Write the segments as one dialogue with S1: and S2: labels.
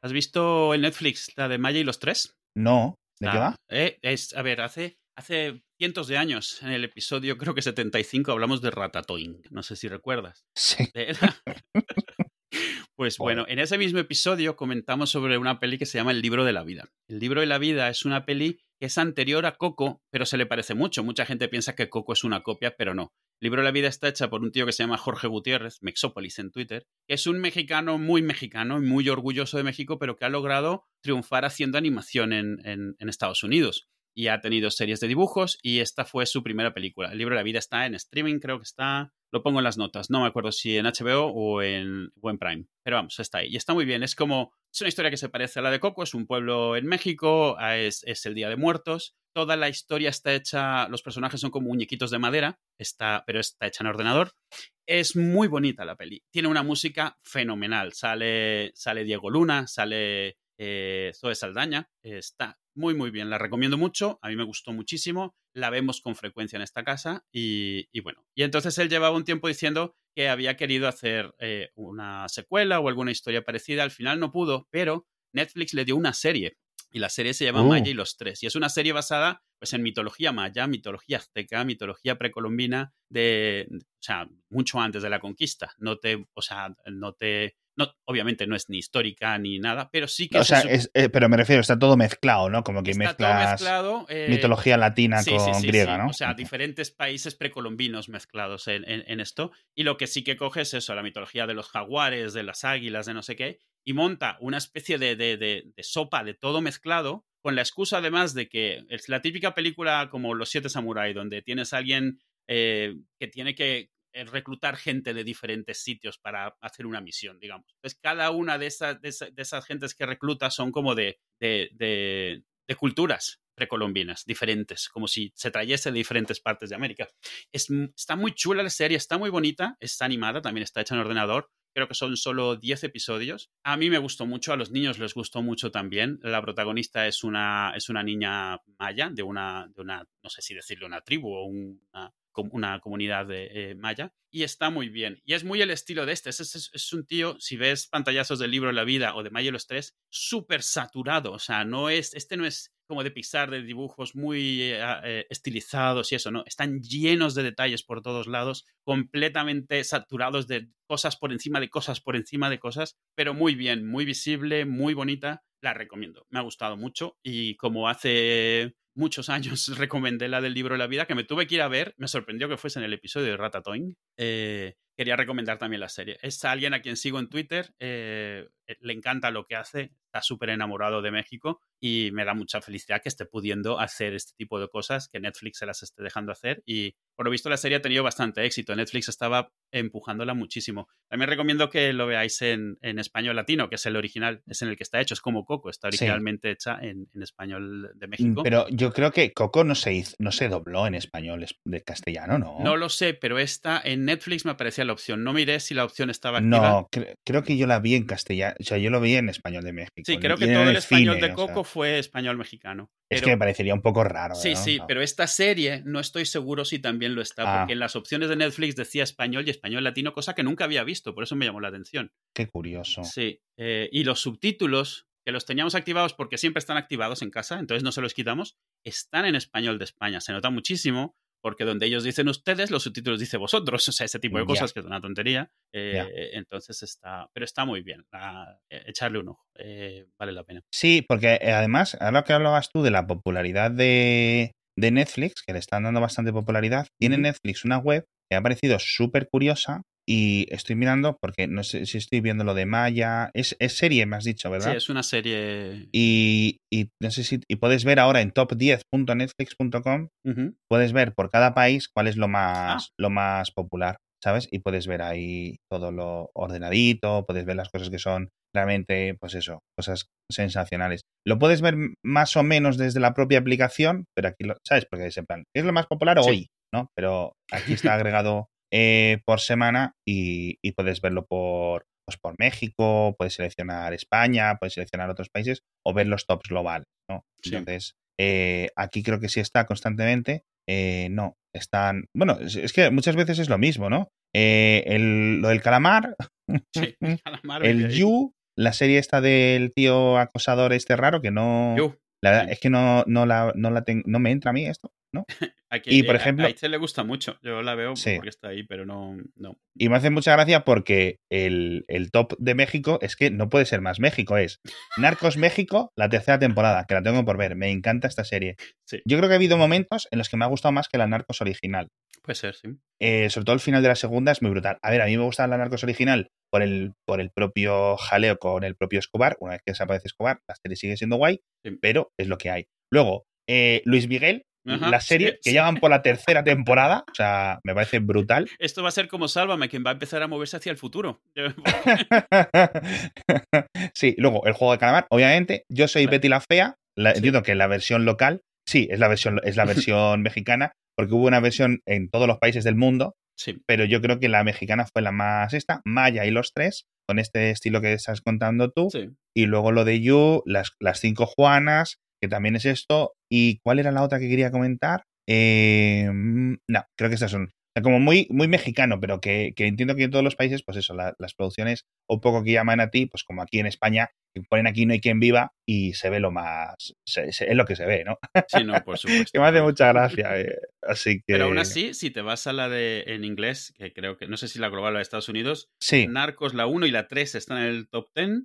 S1: ¿Has visto en Netflix la de Maya y los tres?
S2: No. ¿De qué va?
S1: A ver, hace cientos de años, en el episodio creo que 75, hablamos de Ratatouille. No sé si recuerdas.
S2: Sí.
S1: Pues bueno, en ese mismo episodio comentamos sobre una peli que se llama El libro de la vida. El libro de la vida es una peli que es anterior a Coco, pero se le parece mucho. Mucha gente piensa que Coco es una copia, pero no. El libro de la vida está hecha por un tío que se llama Jorge Gutiérrez, Mexópolis en Twitter, que es un mexicano y muy orgulloso de México, pero que ha logrado triunfar haciendo animación en Estados Unidos. Y ha tenido series de dibujos y esta fue su primera película. El libro de la vida está en streaming, creo que está... Lo pongo en las notas, no me acuerdo si en HBO o en Prime. Pero vamos, está ahí. Y está muy bien. Es una historia que se parece a la de Coco. Es un pueblo en México. Es el Día de Muertos. Toda la historia está hecha... Los personajes son como muñequitos de madera, pero está hecha en ordenador. Es muy bonita la peli. Tiene una música fenomenal. Sale Diego Luna, sale Zoe Saldaña. Está muy, muy bien. La recomiendo mucho. A mí me gustó muchísimo. La vemos con frecuencia en esta casa y bueno. Y entonces él llevaba un tiempo diciendo que había querido hacer una secuela o alguna historia parecida. Al final no pudo, pero Netflix le dio una serie y la serie se llama Maya y los tres. Y es una serie basada pues, en mitología maya, mitología azteca, mitología precolombina, o sea, mucho antes de la conquista. Obviamente no es ni histórica ni nada, pero sí que...
S2: O sea, pero me refiero, está todo mezclado, ¿no? Como que
S1: está
S2: mezclas
S1: todo mezclado,
S2: mitología latina con griega,
S1: sí.
S2: ¿no?
S1: O sea, diferentes países precolombinos mezclados en esto. Y lo que sí que coge es eso, la mitología de los jaguares, de las águilas, de no sé qué, y monta una especie de sopa de todo mezclado, con la excusa además de que es la típica película como Los Siete Samurái, donde tienes a alguien que tiene que reclutar gente de diferentes sitios para hacer una misión, digamos. Pues cada una de esas gentes que recluta son como de culturas precolombinas diferentes, como si se trayese de diferentes partes de América. Está muy chula la serie, está muy bonita, está animada, también está hecha en ordenador. Creo que son solo 10 episodios. A mí me gustó mucho, a los niños les gustó mucho también. La protagonista es una niña maya de una, no sé si decirle una tribu o una comunidad maya, y está muy bien. Y es muy el estilo de este. Es un tío, si ves pantallazos del libro La vida o de Maya y los tres, súper saturado. O sea, no es como de Pixar, de dibujos muy estilizados y eso, ¿no? Están llenos de detalles por todos lados, completamente saturados de cosas por encima de cosas por encima de cosas, pero muy bien, muy visible, muy bonita. La recomiendo. Me ha gustado mucho y como hace muchos años recomendé la del libro de la vida, que me tuve que ir a ver, me sorprendió que fuese en el episodio de Ratatouille. Quería recomendar también la serie. Es alguien a quien sigo en Twitter, le encanta lo que hace, está súper enamorado de México y me da mucha felicidad que esté pudiendo hacer este tipo de cosas, que Netflix se las esté dejando hacer y por lo visto la serie ha tenido bastante éxito. Netflix estaba empujándola muchísimo. También recomiendo que lo veáis en español latino, que es el original, es en el que está hecho, es como Coco, está originalmente hecha en español de México.
S2: Pero yo creo que Coco no se dobló en español de castellano, ¿no?
S1: No lo sé, pero esta en Netflix me aparecía la opción. No miré si la opción estaba activa.
S2: No, creo que yo la vi en castellano, o sea, yo lo vi en español de México.
S1: Sí, creo que todo el español de Coco fue español mexicano.
S2: Es que me parecería un poco raro.
S1: Sí,
S2: ¿no?
S1: Sí, pero esta serie no estoy seguro si también lo está, porque en las opciones de Netflix decía español y español latino, cosa que nunca había visto, por eso me llamó la atención.
S2: Qué curioso.
S1: Sí, y los subtítulos, que los teníamos activados porque siempre están activados en casa, entonces no se los quitamos, están en español de España. Se nota muchísimo, porque donde ellos dicen ustedes, los subtítulos dice vosotros, o sea, ese tipo de cosas que es una tontería. Entonces pero está muy bien, echarle un ojo, vale la pena.
S2: Sí, porque además, ahora que hablabas tú de la popularidad de Netflix, que le están dando bastante popularidad, tiene Netflix una web que ha parecido súper curiosa y estoy mirando, porque no sé si estoy viendo lo de Maya, es serie, me has dicho, ¿verdad?
S1: Sí, es una serie.
S2: Y no sé si puedes ver ahora en top10.netflix.com, puedes ver por cada país cuál es lo más popular, ¿sabes? Y puedes ver ahí todo lo ordenadito, puedes ver las cosas que son realmente, pues eso, cosas sensacionales. Lo puedes ver más o menos desde la propia aplicación, pero aquí, ¿sabes? Porque es en plan, ¿qué es lo más popular hoy? ¿No? Pero aquí está agregado por semana y puedes verlo por México, puedes seleccionar España, puedes seleccionar otros países o ver los tops globales, ¿no? Sí. Entonces, aquí creo que sí está constantemente. No, están... Bueno, es que muchas veces es lo mismo, ¿no? Lo del calamar,
S1: Sí, calamar
S2: el You la serie esta del tío acosador este raro que no... La verdad es que no me entra a mí esto, ¿no?
S1: Y por ejemplo... A este le gusta mucho. Yo la veo porque está ahí, pero no.
S2: Y me hace mucha gracia porque el top de México es que no puede ser más México. Es Narcos México, la tercera temporada, que la tengo por ver. Me encanta esta serie.
S1: Sí.
S2: Yo creo que ha habido momentos en los que me ha gustado más que la Narcos original.
S1: Puede ser, sí.
S2: Sobre todo el final de la segunda es muy brutal. A ver, a mí me gusta la Narcos original por el propio jaleo con el propio Escobar. Una vez que desaparece Escobar, la serie sigue siendo guay, pero es lo que hay. Luego, Luis Miguel, la serie que llevan por la tercera temporada, o sea, me parece brutal.
S1: Esto va a ser como Sálvame, quien va a empezar a moverse hacia el futuro.
S2: Sí, luego el juego de calamar, obviamente. Yo soy Betty la Fea, entiendo que la versión local, sí, es la versión mexicana, porque hubo una versión en todos los países del mundo, pero yo creo que la mexicana fue la más Maya y los tres, con este estilo que estás contando tú, y luego lo de You, las 5 Juanas, que también es esto. ¿Y cuál era la otra que quería comentar? No, creo que estas son como muy, muy mexicano, pero que entiendo que en todos los países, pues eso, las producciones un poco que llaman a ti, pues como aquí en España, que ponen Aquí no hay quien viva y se ve lo más... es lo que se ve, ¿no?
S1: Sí, no, por supuesto.
S2: Que me hace mucha gracia. Así que...
S1: Pero aún así, si te vas a la de en inglés, que creo que, no sé si la global o de Estados Unidos, Narcos, la 1 y la 3 están en el top 10.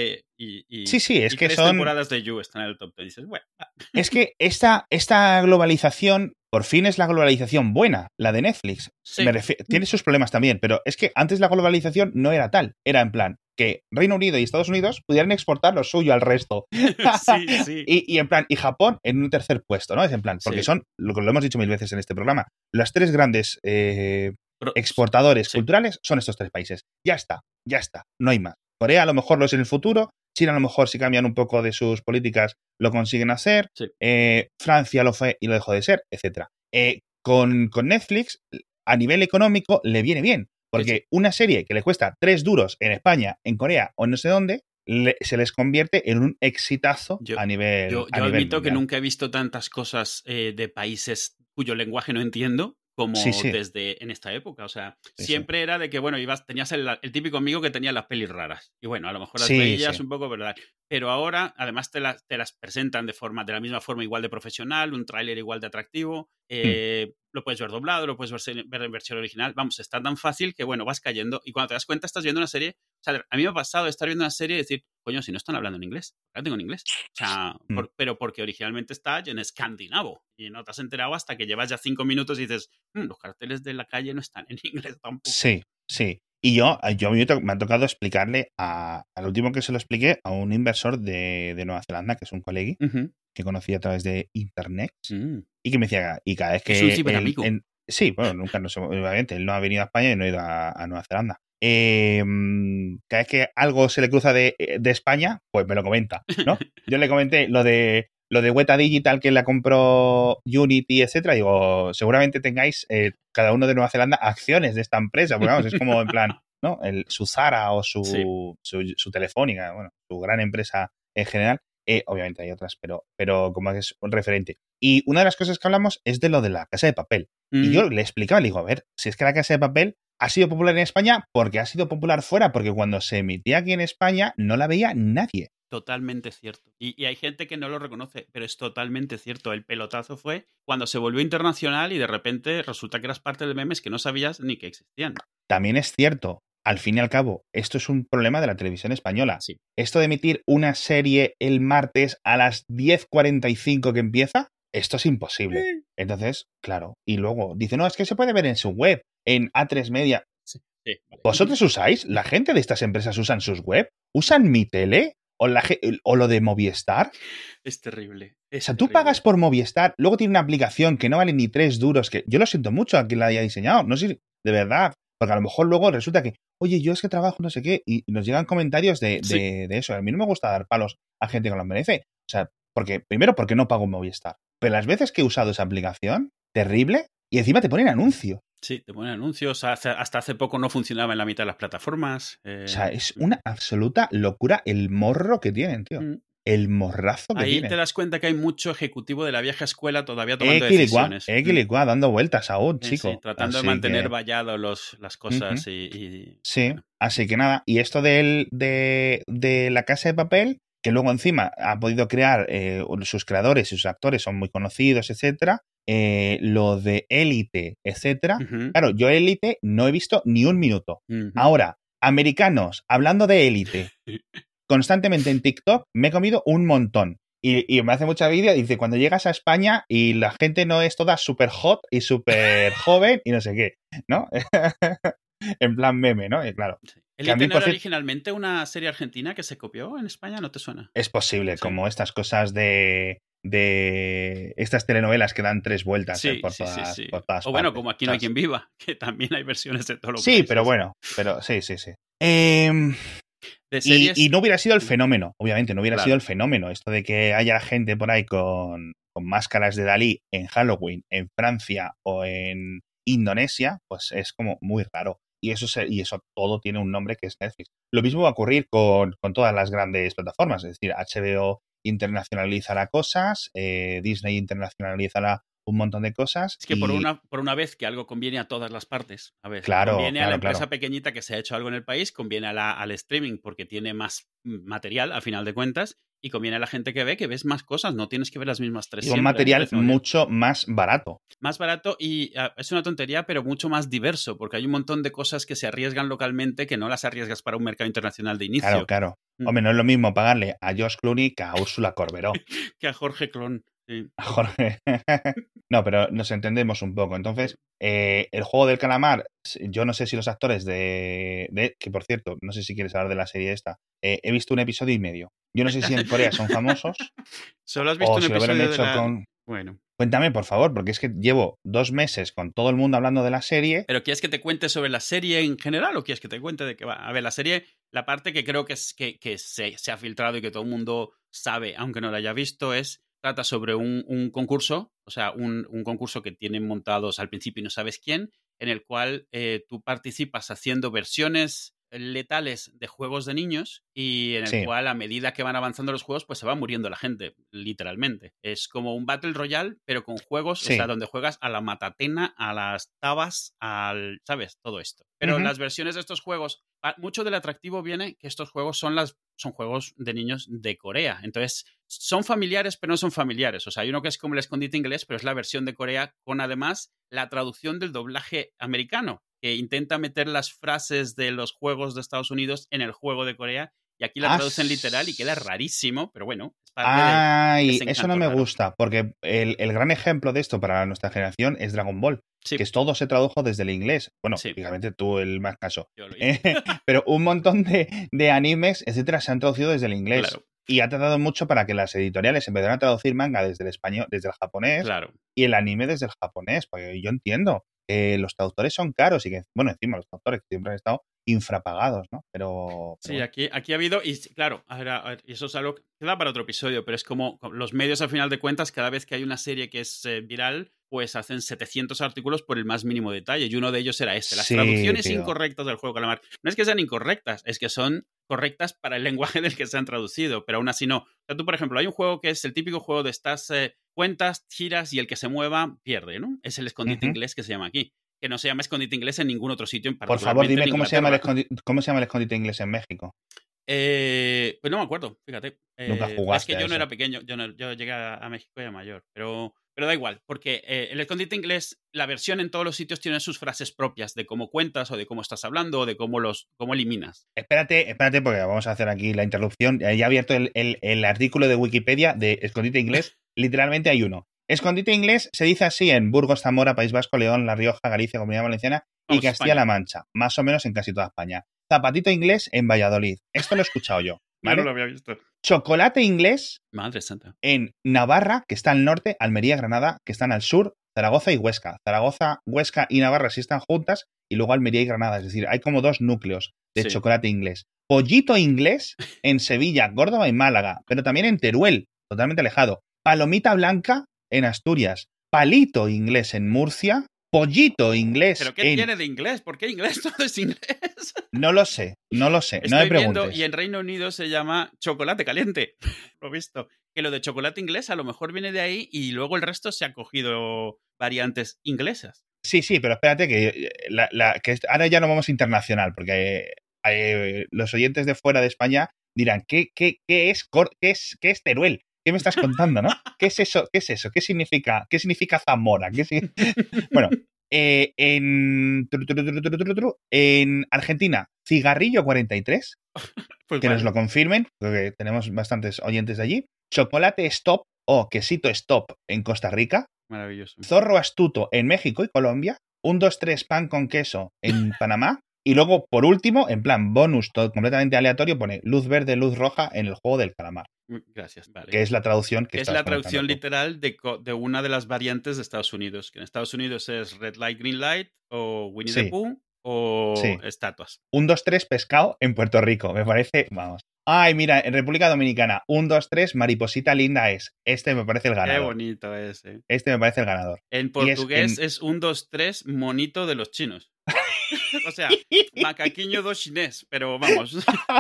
S2: Sí, es que
S1: 3 temporadas de You están en el top 10. Dices, bueno.
S2: Es que esta globalización, por fin es la globalización buena, la de Netflix. Tiene sus problemas también, pero es que antes la globalización no era tal. Era en plan que Reino Unido y Estados Unidos pudieran exportar lo suyo al resto.
S1: Sí.
S2: Y en plan, y Japón en un tercer puesto, ¿no? Es en plan, porque son, lo hemos dicho 1000 veces en este programa, las 3 grandes exportadores culturales son estos 3 países. Ya está, no hay más. Corea a lo mejor lo es en el futuro, China a lo mejor si cambian un poco de sus políticas lo consiguen hacer, Francia lo fue y lo dejó de ser, etc. Con Netflix, a nivel económico, le viene bien, porque una serie que le cuesta 3 duros en España, en Corea o no sé dónde, se les convierte en un exitazo a nivel
S1: Yo admito que nunca he visto tantas cosas de países cuyo lenguaje no entiendo como desde en esta época. O sea, siempre era de que, bueno, tenías el típico amigo que tenía las pelis raras. Y bueno, a lo mejor las veías un poco, ¿verdad? Pero ahora, además, te las presentan de la misma forma igual de profesional, un tráiler igual de atractivo. Lo puedes ver doblado, lo puedes ver en versión original. Vamos, está tan fácil que, bueno, vas cayendo. Y cuando te das cuenta, estás viendo una serie. O sea, a mí me ha pasado de estar viendo una serie y decir, coño, si no están hablando en inglés, la tengo en inglés. O sea, pero porque originalmente está en escandinavo. Y no te has enterado hasta que llevas ya 5 minutos y dices, los carteles de la calle no están en inglés tampoco.
S2: Sí. Y a mí me ha tocado explicarle al último que se lo expliqué a un inversor de Nueva Zelanda, que es un colegui, que conocí a través de internet, y que me decía, y cada vez que...
S1: Es un ciberamigo.
S2: Sí, bueno, nunca, obviamente, él no ha venido a España y no ha ido a Nueva Zelanda. Cada vez que algo se le cruza de España, pues me lo comenta, ¿no? Yo le comenté lo de Weta Digital que la compró Unity, etcétera. Digo, seguramente tengáis cada uno de Nueva Zelanda acciones de esta empresa, porque vamos, es como en plan, ¿no? Su Zara o su Telefónica, bueno, su gran empresa en general. Obviamente hay otras, pero como es un referente. Y una de las cosas que hablamos es de lo de La Casa de Papel. Y yo le explicaba, le digo, a ver, si es que La Casa de Papel ha sido popular en España porque ha sido popular fuera, porque cuando se emitía aquí en España no la veía nadie.
S1: Totalmente cierto. Y hay gente que no lo reconoce, pero es totalmente cierto. El pelotazo fue cuando se volvió internacional y de repente resulta que eras parte de memes que no sabías ni que existían.
S2: También es cierto, al fin y al cabo, esto es un problema de la televisión española.
S1: Sí.
S2: Esto de emitir una serie el martes a las 10:45 que empieza, esto es imposible. Entonces, claro, y luego dice, no, es que se puede ver en su web, en A3 Media.
S1: Sí, vale.
S2: ¿Vosotros usáis? ¿La gente de estas empresas usan sus web? ¿Usan Mi Tele? ¿O lo de Movistar?
S1: Es terrible.
S2: O sea, tú pagas por Movistar, luego tiene una aplicación que no vale ni 3 duros, que yo lo siento mucho a quien la haya diseñado, no sé si, de verdad, porque a lo mejor luego resulta que, oye, yo es que trabajo no sé qué, y nos llegan comentarios de eso. A mí no me gusta dar palos a gente que lo merece. O sea, primero porque no pago Movistar, pero las veces que he usado esa aplicación, terrible, y encima te ponen anuncio.
S1: Sí, te ponen anuncios. Hasta hace poco no funcionaba en la mitad de las plataformas.
S2: O sea, es una absoluta locura el morro que tienen, tío. el morrazo que
S1: ahí
S2: tiene.
S1: Te das cuenta que hay mucho ejecutivo de la vieja escuela todavía tomando decisiones.
S2: Dando vueltas aún, chico.
S1: Sí, tratando de mantener vallado las cosas
S2: Sí,
S1: bueno.
S2: Así que nada. Y esto de La Casa de Papel, que luego encima ha podido crear, sus creadores y sus actores son muy conocidos, etcétera. Lo de Élite, etcétera. Claro, yo Élite no he visto ni un minuto. Ahora, americanos hablando de Élite constantemente en TikTok, me he comido un montón. Y me hace mucha envidia, dice, cuando llegas a España y la gente no es toda súper hot y súper joven y no sé qué, ¿no? En plan meme, ¿no? Y claro.
S1: Sí. ¿Élite no era originalmente una serie argentina que se copió en España? ¿No te suena?
S2: Es posible, sí. Como estas cosas de estas telenovelas que dan 3 vueltas por todas partes.
S1: O bueno, como Aquí no hay quien viva, que también hay versiones de todo lo que
S2: sí, pero bueno, sí.
S1: De series...
S2: y no hubiera sido el fenómeno, obviamente, no hubiera sido el fenómeno. Esto de que haya gente por ahí con máscaras de Dalí en Halloween, en Francia o en Indonesia, pues es como muy raro. Y eso todo tiene un nombre que es Netflix. Lo mismo va a ocurrir con todas las grandes plataformas. Es decir, HBO internacionalizará cosas, Disney internacionalizará un montón de cosas.
S1: Es que por una vez que algo conviene a todas las partes. A ver, conviene a la empresa pequeñita que se ha hecho algo en el país, conviene al streaming porque tiene más material, a final de cuentas, y conviene a la gente que ves más cosas, no tienes que ver las mismas 3 siempre.
S2: Un material mucho más barato.
S1: Más barato y es una tontería, pero mucho más diverso, porque hay un montón de cosas que se arriesgan localmente que no las arriesgas para un mercado internacional de inicio.
S2: Claro. Hombre, no es lo mismo pagarle a Josh Clooney que a Úrsula Corberó.
S1: Que a Jorge Clon. Sí.
S2: A Jorge. No, pero nos entendemos un poco. Entonces, el juego del calamar, yo no sé si los actores que por cierto, no sé si quieres hablar de la serie esta, he visto un episodio y medio. Yo no sé si en Corea son famosos.
S1: Solo has visto un episodio de la...
S2: Bueno. Cuéntame, por favor, porque es que llevo 2 meses con todo el mundo hablando de la serie.
S1: ¿Pero quieres que te cuente sobre la serie en general o quieres que te cuente de qué va? A ver, la serie, la parte que creo que se ha filtrado y que todo el mundo sabe, aunque no la haya visto, trata sobre un concurso, o sea, un concurso que tienen montados al principio y no sabes quién, en el cual tú participas haciendo versiones letales de juegos de niños y en el cual a medida que van avanzando los juegos pues se va muriendo la gente, literalmente. Es como un Battle Royale, pero con juegos, o sea, donde juegas a la matatena, a las tabas, ¿sabes? Todo esto. Pero las versiones de estos juegos, mucho del atractivo viene que estos juegos son juegos de niños de Corea. Entonces, son familiares, pero no son familiares. O sea, hay uno que es como el escondite inglés, pero es la versión de Corea con además la traducción del doblaje americano, que intenta meter las frases de los juegos de Estados Unidos en el juego de Corea y aquí la traducen literal y queda rarísimo, pero bueno, es parte de
S2: eso no me gusta, porque el gran ejemplo de esto para nuestra generación es Dragon Ball, que todo se tradujo desde el inglés. Bueno, fíjate tú el más caso. Pero un montón de animes, etcétera, se han traducido desde el inglés.
S1: Claro.
S2: Y ha tardado mucho para que las editoriales empezaran a traducir manga desde el español, desde el japonés, y el anime desde el japonés, porque yo entiendo que los traductores son caros y que, bueno, encima los traductores siempre han estado infrapagados, ¿no? Pero
S1: sí, bueno. Aquí ha habido, y claro, a ver, y eso es algo que da para otro episodio, pero es como los medios, al final de cuentas, cada vez que hay una serie que es viral, pues hacen 700 artículos por el más mínimo detalle, y uno de ellos era las traducciones incorrectas del juego Calamar. No es que sean incorrectas, es que son correctas para el lenguaje del que se han traducido, pero aún así no. O sea, tú, por ejemplo, hay un juego que es el típico juego de estas cuentas, giras y el que se mueva pierde, ¿no? Es el escondite inglés que se llama aquí, que no se llama escondite inglés en ningún otro sitio en particular.
S2: Por favor, dime cómo se llama el escondite inglés en México.
S1: Pues no me acuerdo, fíjate.
S2: Nunca jugaste.
S1: Es que yo no era pequeño, yo llegué a México ya mayor, pero da igual, porque el escondite inglés, la versión en todos los sitios tiene sus frases propias de cómo cuentas o de cómo estás hablando o de cómo eliminas.
S2: Espérate, porque vamos a hacer aquí la interrupción. Ya he abierto el artículo de Wikipedia de escondite inglés. Literalmente hay uno. Escondite inglés se dice así en Burgos, Zamora, País Vasco, León, La Rioja, Galicia, Comunidad Valenciana y Castilla-La Mancha. Más o menos en casi toda España. Zapatito inglés en Valladolid. Esto lo he escuchado yo. ¿Vale?
S1: Yo no lo había visto.
S2: Chocolate inglés.
S1: Madre santa.
S2: En Navarra, que está al norte, Almería, Granada, que están al sur, Zaragoza y Huesca. Zaragoza, Huesca y Navarra sí están juntas y luego Almería y Granada. Es decir, hay como 2 núcleos de chocolate inglés. Pollito inglés en Sevilla, Córdoba y Málaga, pero también en Teruel, totalmente alejado. Palomita blanca en Asturias. Palito inglés en Murcia. pollito inglés.
S1: ¿Pero qué tiene de inglés? ¿Por qué inglés? Todo es inglés.
S2: No lo sé. No
S1: Estoy
S2: me preguntes.
S1: viendo, y en Reino Unido se llama chocolate caliente. Lo he visto. Que lo de chocolate inglés a lo mejor viene de ahí y luego el resto se ha cogido variantes inglesas.
S2: Sí, pero espérate que, que ahora ya no vamos internacional, porque los oyentes de fuera de España dirán, ¿qué es Teruel? ¿Qué me estás contando, no? ¿Qué es eso? ¿Qué significa Zamora? Bueno, en Argentina, Cigarrillo 43,
S1: Pues
S2: que
S1: vale.
S2: nos lo confirmen, porque tenemos bastantes oyentes de allí. Chocolate Stop o Quesito Stop en Costa Rica.
S1: Maravilloso.
S2: Zorro Astuto en México y Colombia. 1, 2, 3 pan con queso en Panamá. Y luego, por último, en plan bonus, todo completamente aleatorio, pone luz verde, luz roja en el juego del calamar.
S1: Gracias, vale.
S2: Que es la traducción que
S1: es la traducción literal de una de las variantes de Estados Unidos. Que en Estados Unidos es Red Light, Green Light, o Winnie the Pooh, o estatuas.
S2: 1, 2, 3 pescado en Puerto Rico. Me parece, vamos. Ay, mira, en República Dominicana, 1, 2, 3, mariposita linda es. Este me parece el ganador.
S1: Qué bonito es, ¿eh?
S2: Este me parece el ganador.
S1: En portugués es 1, 2, 3, monito de los chinos. O sea, macaquiño do chinés, pero vamos.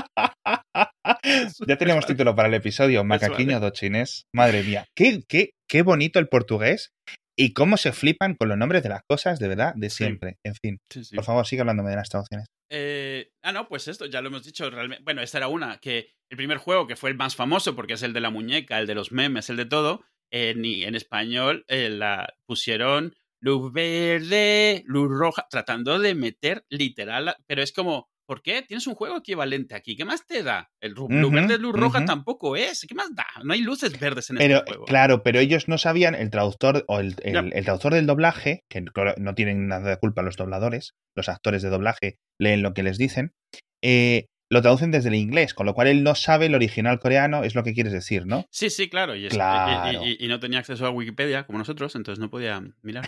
S2: Ya tenemos título para el episodio, macaquiño do chinés. Madre mía, qué bonito el portugués y cómo se flipan con los nombres de las cosas, de verdad, de siempre. En fin, por favor, sigue hablándome de las traducciones.
S1: No, pues esto, ya lo hemos dicho realmente. Bueno, esta era una, que el primer juego, que fue el más famoso, porque es el de la muñeca, el de los memes, el de todo, en español la pusieron luz verde, luz roja, tratando de meter literal, pero es como, ¿por qué? Tienes un juego equivalente aquí, ¿qué más te da? El luz verde, luz roja tampoco es, ¿qué más da? No hay luces verdes en este juego.
S2: Claro, pero ellos no sabían, el traductor o el traductor del doblaje, que no tienen nada de culpa los dobladores, los actores de doblaje leen lo que les dicen, lo traducen desde el inglés, con lo cual él no sabe el original coreano, es lo que quieres decir, ¿no?
S1: Sí, claro. Y no tenía acceso a Wikipedia como nosotros, entonces no podía mirar.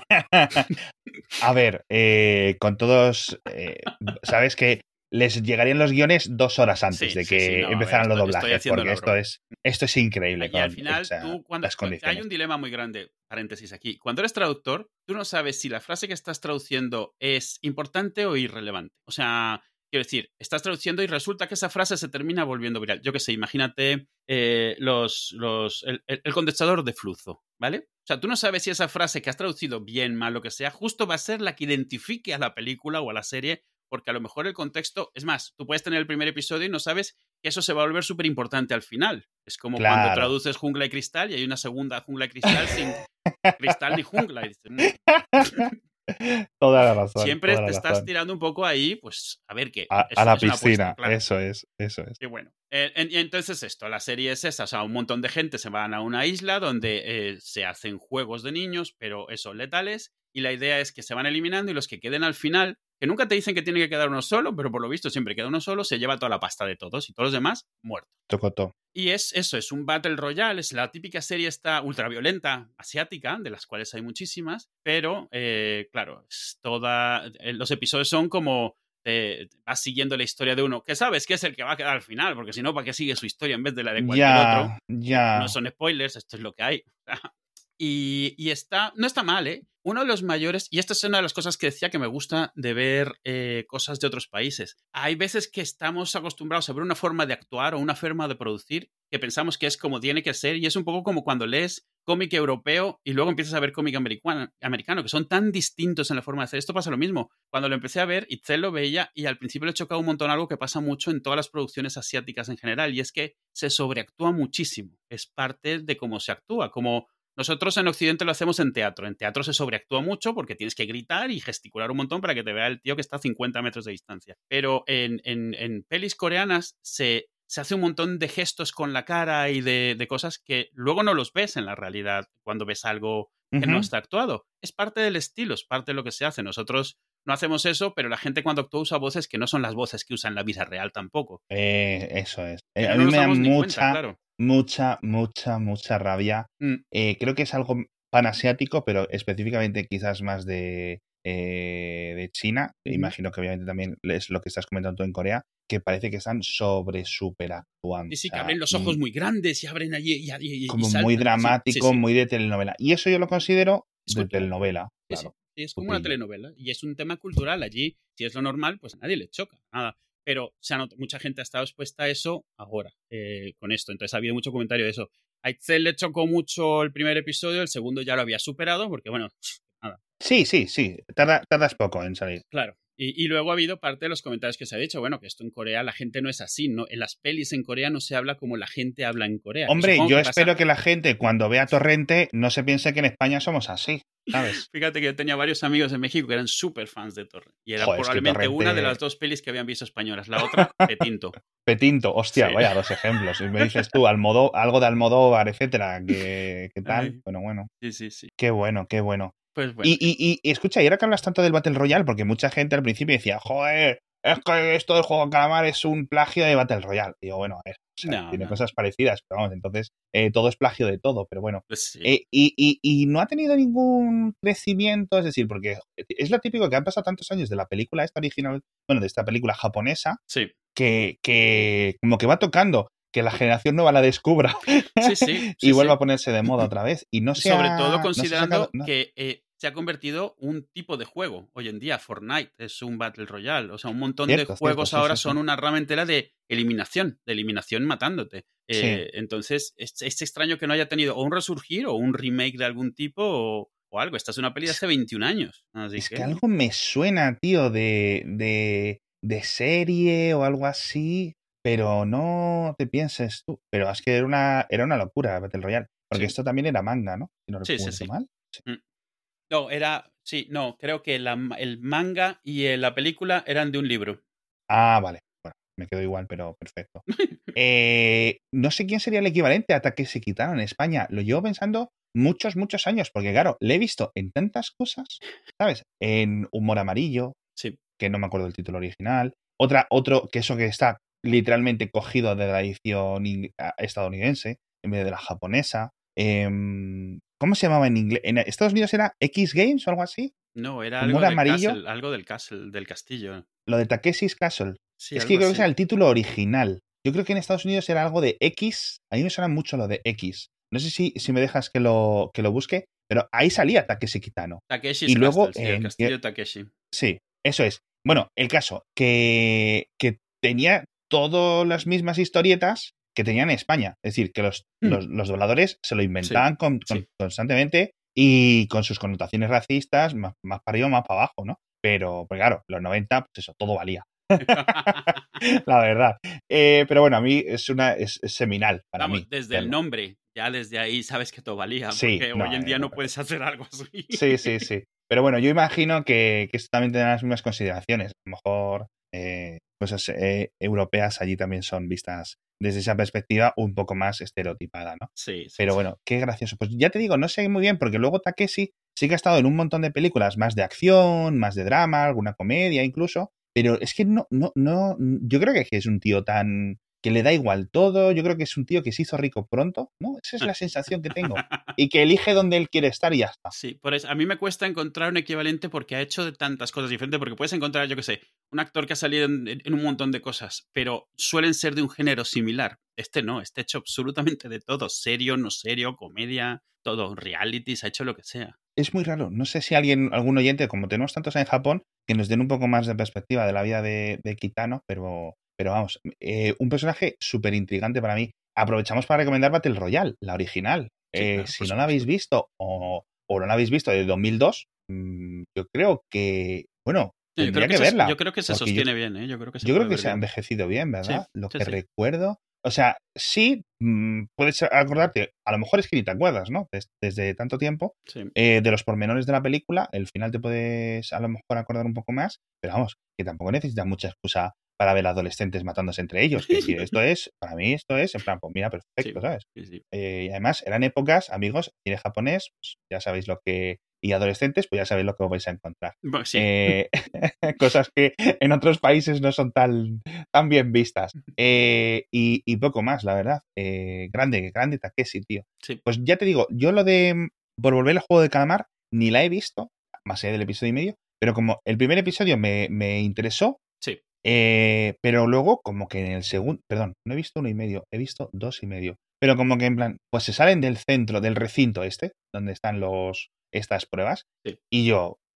S2: A ver, con todos, sabes que les llegarían los guiones 2 horas antes de que empezaran los doblajes, porque esto es increíble.
S1: Y al final, tú, cuando hay un dilema muy grande, paréntesis aquí, cuando eres traductor, tú no sabes si la frase que estás traduciendo es importante o irrelevante. O sea, quiero decir, estás traduciendo y resulta que esa frase se termina volviendo viral. Yo qué sé, imagínate el condensador de flujo, ¿vale? O sea, tú no sabes si esa frase que has traducido bien, mal, lo que sea, justo va a ser la que identifique a la película o a la serie, porque a lo mejor el contexto... Es más, tú puedes tener el primer episodio y no sabes que eso se va a volver súper importante al final. Es como cuando traduces Jungla y Cristal y hay una segunda Jungla y Cristal sin cristal ni jungla. Y dices,
S2: Toda la razón.
S1: Siempre te estás tirando un poco ahí, pues, a ver qué.
S2: A la piscina,
S1: apuesta, claro.
S2: Eso es.
S1: Y bueno, y entonces esto, la serie es esa, o sea, un montón de gente se van a una isla donde se hacen juegos de niños, pero son letales, y la idea es que se van eliminando y los que queden al final, que nunca te dicen que tiene que quedar uno solo, pero por lo visto siempre queda uno solo, se lleva toda la pasta de todos y todos los demás muertos.
S2: Tocotó.
S1: Y es eso, es un Battle Royale, es la típica serie esta ultraviolenta asiática, de las cuales hay muchísimas, pero claro, los episodios son como vas siguiendo la historia de uno, que sabes que es el que va a quedar al final, porque si no, ¿para qué sigue su historia en vez de la de cualquier otro? No son spoilers, esto es lo que hay. Y no está mal, ¿eh? Uno de los mayores, y esta es una de las cosas que decía que me gusta de ver cosas de otros países. Hay veces que estamos acostumbrados a ver una forma de actuar o una forma de producir que pensamos que es como tiene que ser, y es un poco como cuando lees cómic europeo y luego empiezas a ver cómic americano, que son tan distintos en la forma de hacer. Esto pasa lo mismo. Cuando lo empecé a ver, Itzel lo veía y al principio le chocaba un montón algo que pasa mucho en todas las producciones asiáticas en general, y es que se sobreactúa muchísimo. Es parte de cómo se actúa, como nosotros en Occidente lo hacemos en teatro. En teatro se sobreactúa mucho porque tienes que gritar y gesticular un montón para que te vea el tío que está a 50 metros de distancia. Pero en pelis coreanas se hace un montón de gestos con la cara y de cosas que luego no los ves en la realidad cuando ves algo que no está actuado. Es parte del estilo, es parte de lo que se hace. Nosotros no hacemos eso, pero la gente cuando actúa usa voces que no son las voces que usa en la vida real tampoco.
S2: Eso es.
S1: A
S2: mí me da mucha rabia. Creo que es algo panasiático, pero específicamente quizás más de China. Imagino que obviamente también es lo que estás comentando tú en Corea, que parece que están superactuando.
S1: Sí, que abren los ojos muy grandes y abren allí y
S2: como
S1: saltan.
S2: muy dramático,
S1: sí.
S2: muy de telenovela. Y eso yo lo considero de telenovela. Claro.
S1: Sí, es como una telenovela y es un tema cultural. Allí, si es lo normal, pues a nadie le choca, nada. Pero mucha gente ha estado expuesta a eso ahora, con esto. Entonces ha habido mucho comentario de eso. A Itzel le chocó mucho el primer episodio, el segundo ya lo había superado, porque bueno, nada.
S2: Sí. Tardas poco en salir.
S1: Claro. Y luego ha habido parte de los comentarios que se ha dicho, bueno, que esto en Corea la gente no es así, ¿no? En las pelis en Corea no se habla como la gente habla en Corea.
S2: Hombre, yo espero que la gente cuando vea Torrente no se piense que en España somos así, ¿sabes?
S1: Fíjate que yo tenía varios amigos en México que eran súper fans de Torrente. Y era probablemente
S2: Torrente...
S1: una de las dos pelis que habían visto españolas. La otra, Petinto.
S2: Petinto, hostia, sí. Vaya, dos ejemplos. Y me dices tú, algo de Almodóvar, etcétera, ¿qué tal?
S1: Ay.
S2: Bueno.
S1: Sí.
S2: Qué bueno.
S1: Pues bueno.
S2: Y escucha, y ahora que hablas tanto del Battle Royale, porque mucha gente al principio decía, joder, es que esto del juego de calamar es un plagio de Battle Royale. Digo, bueno, tiene cosas parecidas, pero vamos, entonces todo es plagio de todo, pero bueno.
S1: Pues sí.
S2: Y no ha tenido ningún crecimiento, es decir, porque es lo típico que han pasado tantos años de la película esta original, bueno, de esta película japonesa,
S1: sí.
S2: que como que va tocando que la generación nueva la descubra y vuelva a ponerse de moda otra vez. Y no
S1: Sobre todo considerando que se ha convertido un tipo de juego. Hoy en día Fortnite es un Battle Royale. O sea, un montón de juegos ahora son una rama entera de eliminación matándote. Entonces, es extraño que no haya tenido o un resurgir o un remake de algún tipo o algo. Esta es una peli de hace 21 años. Así
S2: es que algo me suena, tío, de serie o algo así. Pero no te pienses tú. Pero es que era una locura Battle Royale. Porque esto también era manga, ¿no? Si no recuerdo mal.
S1: No, creo que el manga y la película eran de un libro.
S2: Ah, vale. Bueno, me quedo igual, pero perfecto. No sé quién sería el equivalente a Takeshi Kitano en España. Lo llevo pensando muchos años, porque claro, le he visto en tantas cosas, ¿sabes? En Humor Amarillo, que no me acuerdo el título original. Otro que eso que está literalmente cogido de la edición estadounidense en vez de la japonesa. ¿Cómo se llamaba en inglés? ¿En Estados Unidos era X Games o algo así?
S1: No, era algo del castillo.
S2: Lo de Takeshi's Castle.
S1: Sí,
S2: es que yo creo que era el título original. Yo creo que en Estados Unidos era algo de X. A mí me suena mucho lo de X. No sé si me dejas que lo busque, pero ahí salía Takeshi Kitano.
S1: Takeshi's Castle, sí, el castillo de Takeshi.
S2: Sí, eso es. Bueno, el caso, que tenía todas las mismas historietas que tenían en España. Es decir, que los dobladores se lo inventaban constantemente y con sus connotaciones racistas, más para arriba, más para abajo, ¿no? Pero, pues claro, los 90, pues eso, todo valía. La verdad. Pero bueno, a mí es seminal para mí.
S1: Desde el nombre, ya desde ahí sabes que todo valía, porque hoy en día no puedes hacer algo así.
S2: Sí. Pero bueno, yo imagino que esto también tendrá las mismas consideraciones. A lo mejor cosas europeas allí también son vistas desde esa perspectiva un poco más estereotipada, ¿no?
S1: Sí.
S2: Pero bueno, qué gracioso. Pues ya te digo, no sé muy bien, porque luego Takeshi sí que ha estado en un montón de películas más de acción, más de drama, alguna comedia incluso, pero es que no, yo creo que es un tío tan que le da igual todo, yo creo que es un tío que se hizo rico pronto, ¿no? Esa es la sensación que tengo. Y que elige donde él quiere estar y ya está.
S1: Sí, por eso a mí me cuesta encontrar un equivalente porque ha hecho de tantas cosas diferentes, porque puedes encontrar, yo qué sé, un actor que ha salido en un montón de cosas, pero suelen ser de un género similar. Este no, este ha hecho absolutamente de todo, serio, no serio, comedia, todo, realities, ha hecho lo que sea.
S2: Es muy raro, no sé si algún oyente, como tenemos tantos en Japón, que nos den un poco más de perspectiva de la vida de Kitano, pero vamos, un personaje súper intrigante para mí. Aprovechamos para recomendar Battle Royale, la original. Sí, claro, si no la habéis visto o no la habéis visto de 2002, yo creo que, bueno, tendría que verla.
S1: Yo creo que se sostiene bien, ¿eh? Yo creo que
S2: se ha envejecido bien, ¿verdad?
S1: Sí,
S2: lo que recuerdo. O sea, sí, puedes acordarte, a lo mejor es que ni te acuerdas, ¿no? Desde tanto tiempo, de los pormenores de la película, el final te puedes a lo mejor acordar un poco más, pero vamos, que tampoco necesitas mucha excusa para ver adolescentes matándose entre ellos. Que si para mí esto es, en plan, pues mira, perfecto, ¿sabes? Y además, eran épocas, amigos, cine japonés, pues ya sabéis lo que... Y adolescentes, pues ya sabéis lo que os vais a encontrar. Cosas que en otros países no son tan bien vistas. Y poco más, la verdad. Grande Takeshi, tío.
S1: Sí.
S2: Pues ya te digo, yo lo de por volver al juego de calamar, ni la he visto, más allá del episodio y medio, pero como el primer episodio me interesó,
S1: sí.
S2: Pero luego, como que en el segundo, perdón, no he visto 1,5, he visto 2,5. Pero como que en plan, pues se salen del centro, del recinto donde están estas pruebas.
S1: Sí.
S2: Y yo,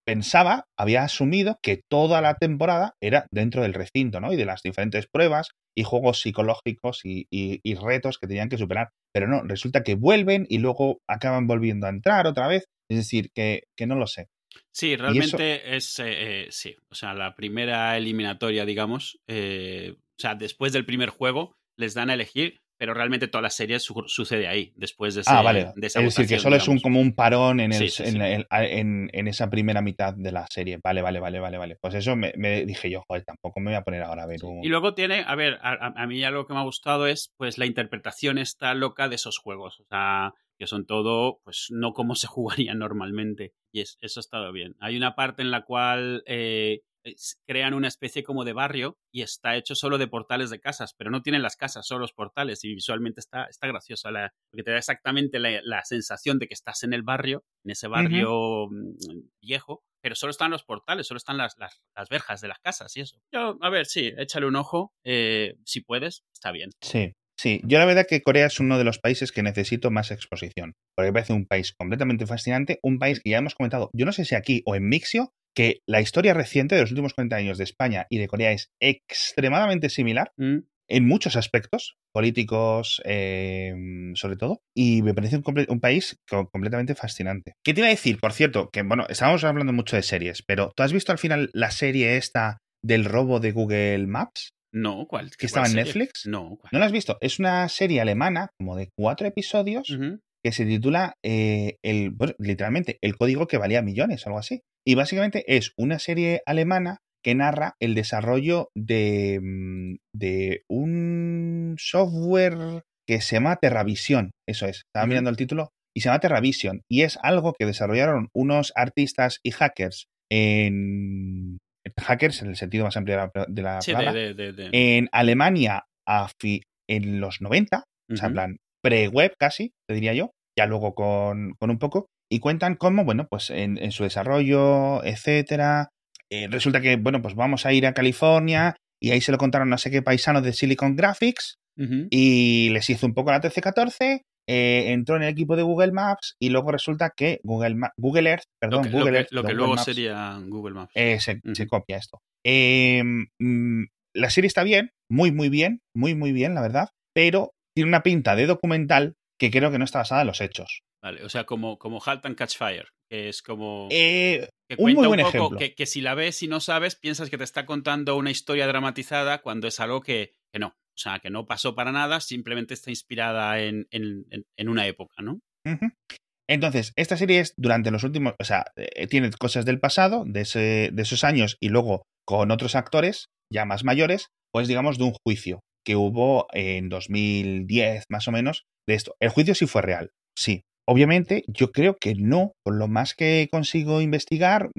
S2: había asumido que toda la temporada era dentro del recinto, ¿no? Y de las diferentes pruebas y juegos psicológicos y retos que tenían que superar. Pero no, resulta que vuelven y luego acaban volviendo a entrar otra vez. Es decir, que no lo sé.
S1: Sí, realmente es, sí, o sea, la primera eliminatoria, digamos, o sea, después del primer juego les dan a elegir, pero realmente toda la serie sucede ahí, después de,
S2: Vale.
S1: de esa
S2: Es decir, que
S1: votación,
S2: solo
S1: digamos.
S2: es como un parón en,
S1: Sí, sí, sí.
S2: en esa primera mitad de la serie. Vale. Pues eso me dije yo, joder, tampoco me voy a poner ahora a ver un...
S1: Y luego tiene, a ver, a mí algo que me ha gustado es pues la interpretación esta loca de esos juegos. O sea, que son todo, pues no como se jugaría normalmente. Y eso ha estado bien. Hay una parte en la cual crean una especie como de barrio y está hecho solo de portales de casas, pero no tienen las casas, solo los portales. Y visualmente está graciosa, porque te da exactamente la sensación de que estás en el barrio, en ese barrio viejo, pero solo están los portales, solo están las verjas de las casas y eso. Yo, a ver, sí, échale un ojo, si puedes, está bien.
S2: Sí. Yo la verdad que Corea es uno de los países que necesito más exposición, porque me parece un país completamente fascinante, un país que ya hemos comentado, yo no sé si aquí o en Mixio, que la historia reciente de los últimos 40 años de España y de Corea es extremadamente similar en muchos aspectos, políticos sobre todo, y me parece un país completamente fascinante. ¿Qué te iba a decir? Por cierto, que bueno, estábamos hablando mucho de series, pero ¿tú has visto al final la serie esta del robo de Google Maps?
S1: No, ¿cuál?
S2: Que estaba en Netflix.
S1: No, ¿cuál?
S2: ¿No la has visto? Es una serie alemana, como de 4 episodios, que se titula bueno, literalmente El código que valía millones o algo así. Y básicamente es una serie alemana que narra el desarrollo de un software que se llama TerraVision. Eso es. Estaba mirando el título y se llama TerraVision. Y es algo que desarrollaron unos artistas y hackers en el sentido más amplio de la
S1: Sí,
S2: palabra, en Alemania en los 90, o sea, en plan pre-web casi, te diría yo, ya luego con un poco, y cuentan cómo, bueno, pues en su desarrollo, etcétera. Resulta que, bueno, pues vamos a ir a California y ahí se lo contaron no sé qué paisano de Silicon Graphics y les hizo un poco la TC14, entró en el equipo de Google Maps y luego resulta que Google Earth,
S1: lo que luego Maps, sería Google Maps.
S2: Se copia esto. La serie está bien, muy bien, muy bien, la verdad, pero tiene una pinta de documental que creo que no está basada en los hechos.
S1: Vale, o sea, como Halt and Catch Fire, que es como...
S2: que
S1: cuenta
S2: muy buen
S1: un poco
S2: ejemplo.
S1: Que si la ves y no sabes, piensas que te está contando una historia dramatizada cuando es algo que no. O sea, que no pasó para nada, simplemente está inspirada en una época, ¿no?
S2: Entonces, esta serie es durante los últimos, o sea, tiene cosas del pasado, de esos años, y luego con otros actores ya más mayores, pues digamos de un juicio que hubo en 2010 más o menos de esto. El juicio sí fue real, sí. Obviamente, yo creo que no, por lo más que consigo investigar,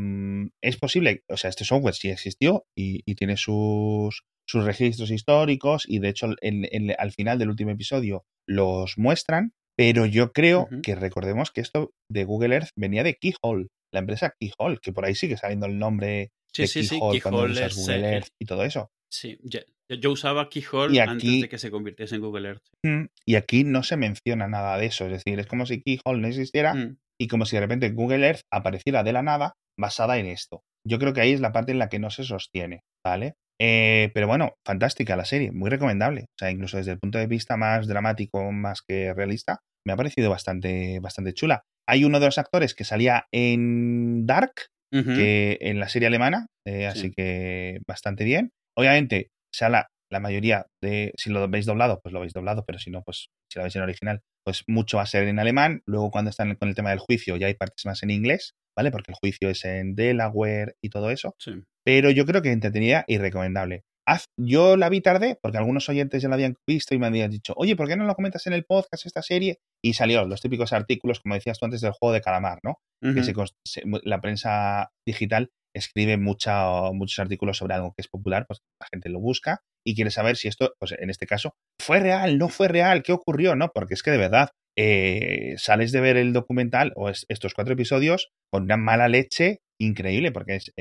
S2: es posible, o sea, este software sí existió y tiene sus registros históricos y de hecho al final del último episodio los muestran, pero yo creo que recordemos que esto de Google Earth venía de Keyhole, la empresa Keyhole, que por ahí sigue saliendo el nombre de Keyhole cuando usas Google Earth y todo eso.
S1: Sí, yo usaba Keyhole antes de que se convirtiese en Google Earth.
S2: Y aquí no se menciona nada de eso, es decir, es como si Keyhole no existiera y como si de repente Google Earth apareciera de la nada basada en esto. Yo creo que ahí es la parte en la que no se sostiene, ¿vale? Pero bueno, fantástica la serie, muy recomendable. O sea, incluso desde el punto de vista más dramático, más que realista, me ha parecido bastante chula. Hay uno de los actores que salía en Dark, que en la serie alemana, así que bastante bien. Obviamente, la mayoría si lo veis doblado, pues lo veis doblado, pero si no, pues si lo veis en original, pues mucho va a ser en alemán. Luego cuando están con el tema del juicio ya hay partes más en inglés, ¿vale? Porque el juicio es en Delaware y todo eso.
S1: Sí.
S2: Pero yo creo que entretenida y recomendable. Yo la vi tarde porque algunos oyentes ya la habían visto y me habían dicho, oye, ¿por qué no lo comentas en el podcast esta serie? Y salió los típicos artículos, como decías tú antes, del juego de calamar, ¿no? Que la prensa digital escribe muchos artículos sobre algo que es popular, pues la gente lo busca y quiere saber si esto, pues en este caso, fue real, no fue real, ¿qué ocurrió? ¿No? Porque es que de verdad, sales de ver el documental o estos 4 episodios con una mala leche increíble, porque es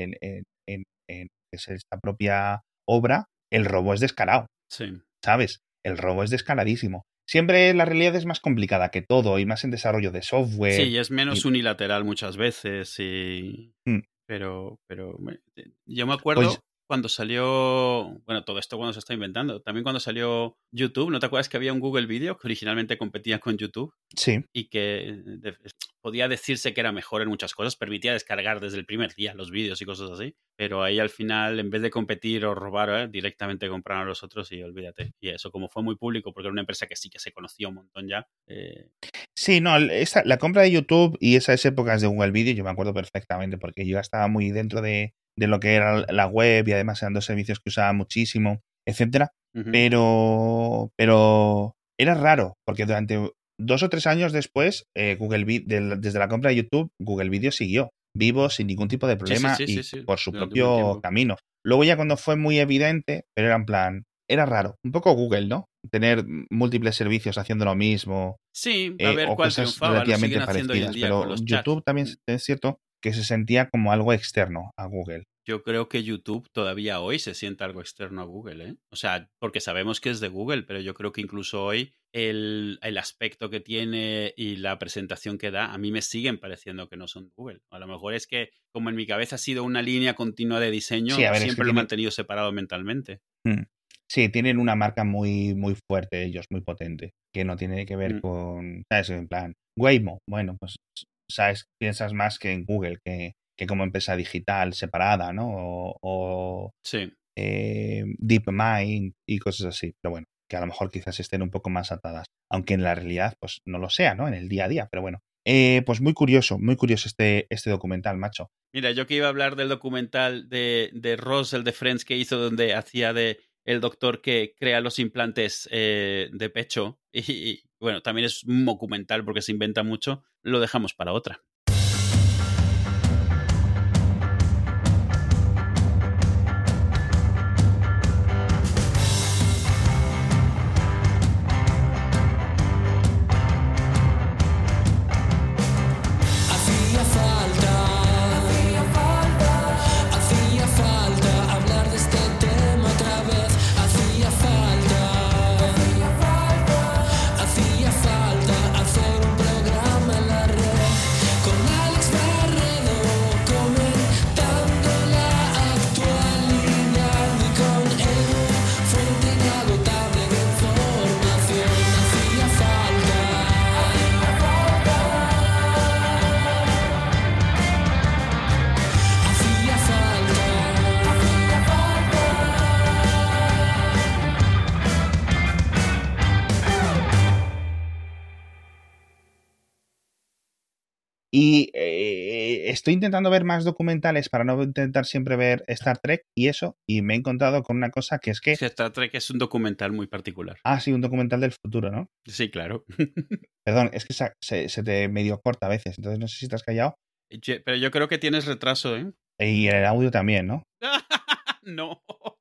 S2: es esta propia obra, el robo es descarado.
S1: Sí.
S2: ¿Sabes? El robo es descaradísimo. siempre la realidad es más complicada que todo y más en desarrollo de software.
S1: Sí, es menos unilateral muchas veces.
S2: Mm.
S1: Pero yo me acuerdo
S2: Pues,
S1: cuando salió, bueno, todo esto cuando se está inventando, también cuando salió YouTube, ¿no te acuerdas que había un Google Video que originalmente competía con YouTube?
S2: sí.
S1: Y que podía decirse que era mejor en muchas cosas, permitía descargar desde el primer día los vídeos y cosas así, pero ahí al final, en vez de competir o robar, directamente compraron a los otros y olvídate. Y eso, como fue muy público, porque era una empresa que sí que se conocía un montón ya.
S2: Sí, no, la compra de YouTube y esas épocas de Google Video yo me acuerdo perfectamente porque yo ya estaba muy dentro de lo que era la web y además eran dos servicios que usaba muchísimo, etcétera. Pero era raro porque durante 2 o 3 años después, desde la compra de YouTube, Google Video siguió vivo sin ningún tipo de problema
S1: Sí,
S2: y por su
S1: durante un buen
S2: propio
S1: tiempo.
S2: camino. Luego ya cuando fue muy evidente, pero era en plan, era raro, un poco Google, ¿no? Tener múltiples servicios haciendo lo mismo.
S1: Sí, a ver
S2: O
S1: cuál
S2: cosas
S1: triunfaba, lo
S2: relativamente
S1: siguen haciendo hoy en
S2: parecidas,
S1: día con
S2: pero
S1: los chats.
S2: YouTube también es cierto que se sentía como algo externo a Google.
S1: Yo creo que YouTube todavía hoy se siente algo externo a Google, ¿eh? O sea, porque sabemos que es de Google, pero yo creo que incluso hoy el aspecto que tiene y la presentación que da, a mí me siguen pareciendo que no son Google. A lo mejor es que, como en mi cabeza ha sido una línea continua de diseño,
S2: Sí, a ver, es que
S1: siempre lo he mantenido separado mentalmente.
S2: Sí, tienen una marca muy, muy fuerte ellos, muy potente, que no tiene que ver con, ¿sabes? En plan, Waymo, bueno, pues, ¿sabes? Piensas más que en Google, que como empresa digital separada, ¿no?
S1: Sí.
S2: DeepMind y cosas así. Pero bueno, que a lo mejor quizás estén un poco más atadas. Aunque en la realidad, pues no lo sea, ¿no? En el día a día. Pero bueno. Pues muy curioso este documental, macho.
S1: Mira, yo que iba a hablar del documental de Ross, el de Friends, que hizo donde hacía de el doctor que crea los implantes de pecho. Y bueno, también es un documental porque se inventa mucho. Lo dejamos para otra.
S2: Y estoy intentando ver más documentales para no intentar siempre ver Star Trek y eso, y me he encontrado con una cosa que es que...
S1: Star Trek es un documental muy particular.
S2: Ah, sí, un documental del futuro, ¿no?
S1: Sí, claro.
S2: Perdón, es que se te medio corta a veces, entonces no sé si te has callado.
S1: Pero yo creo que tienes retraso, ¿eh?
S2: Y el audio también, ¿no?
S1: No.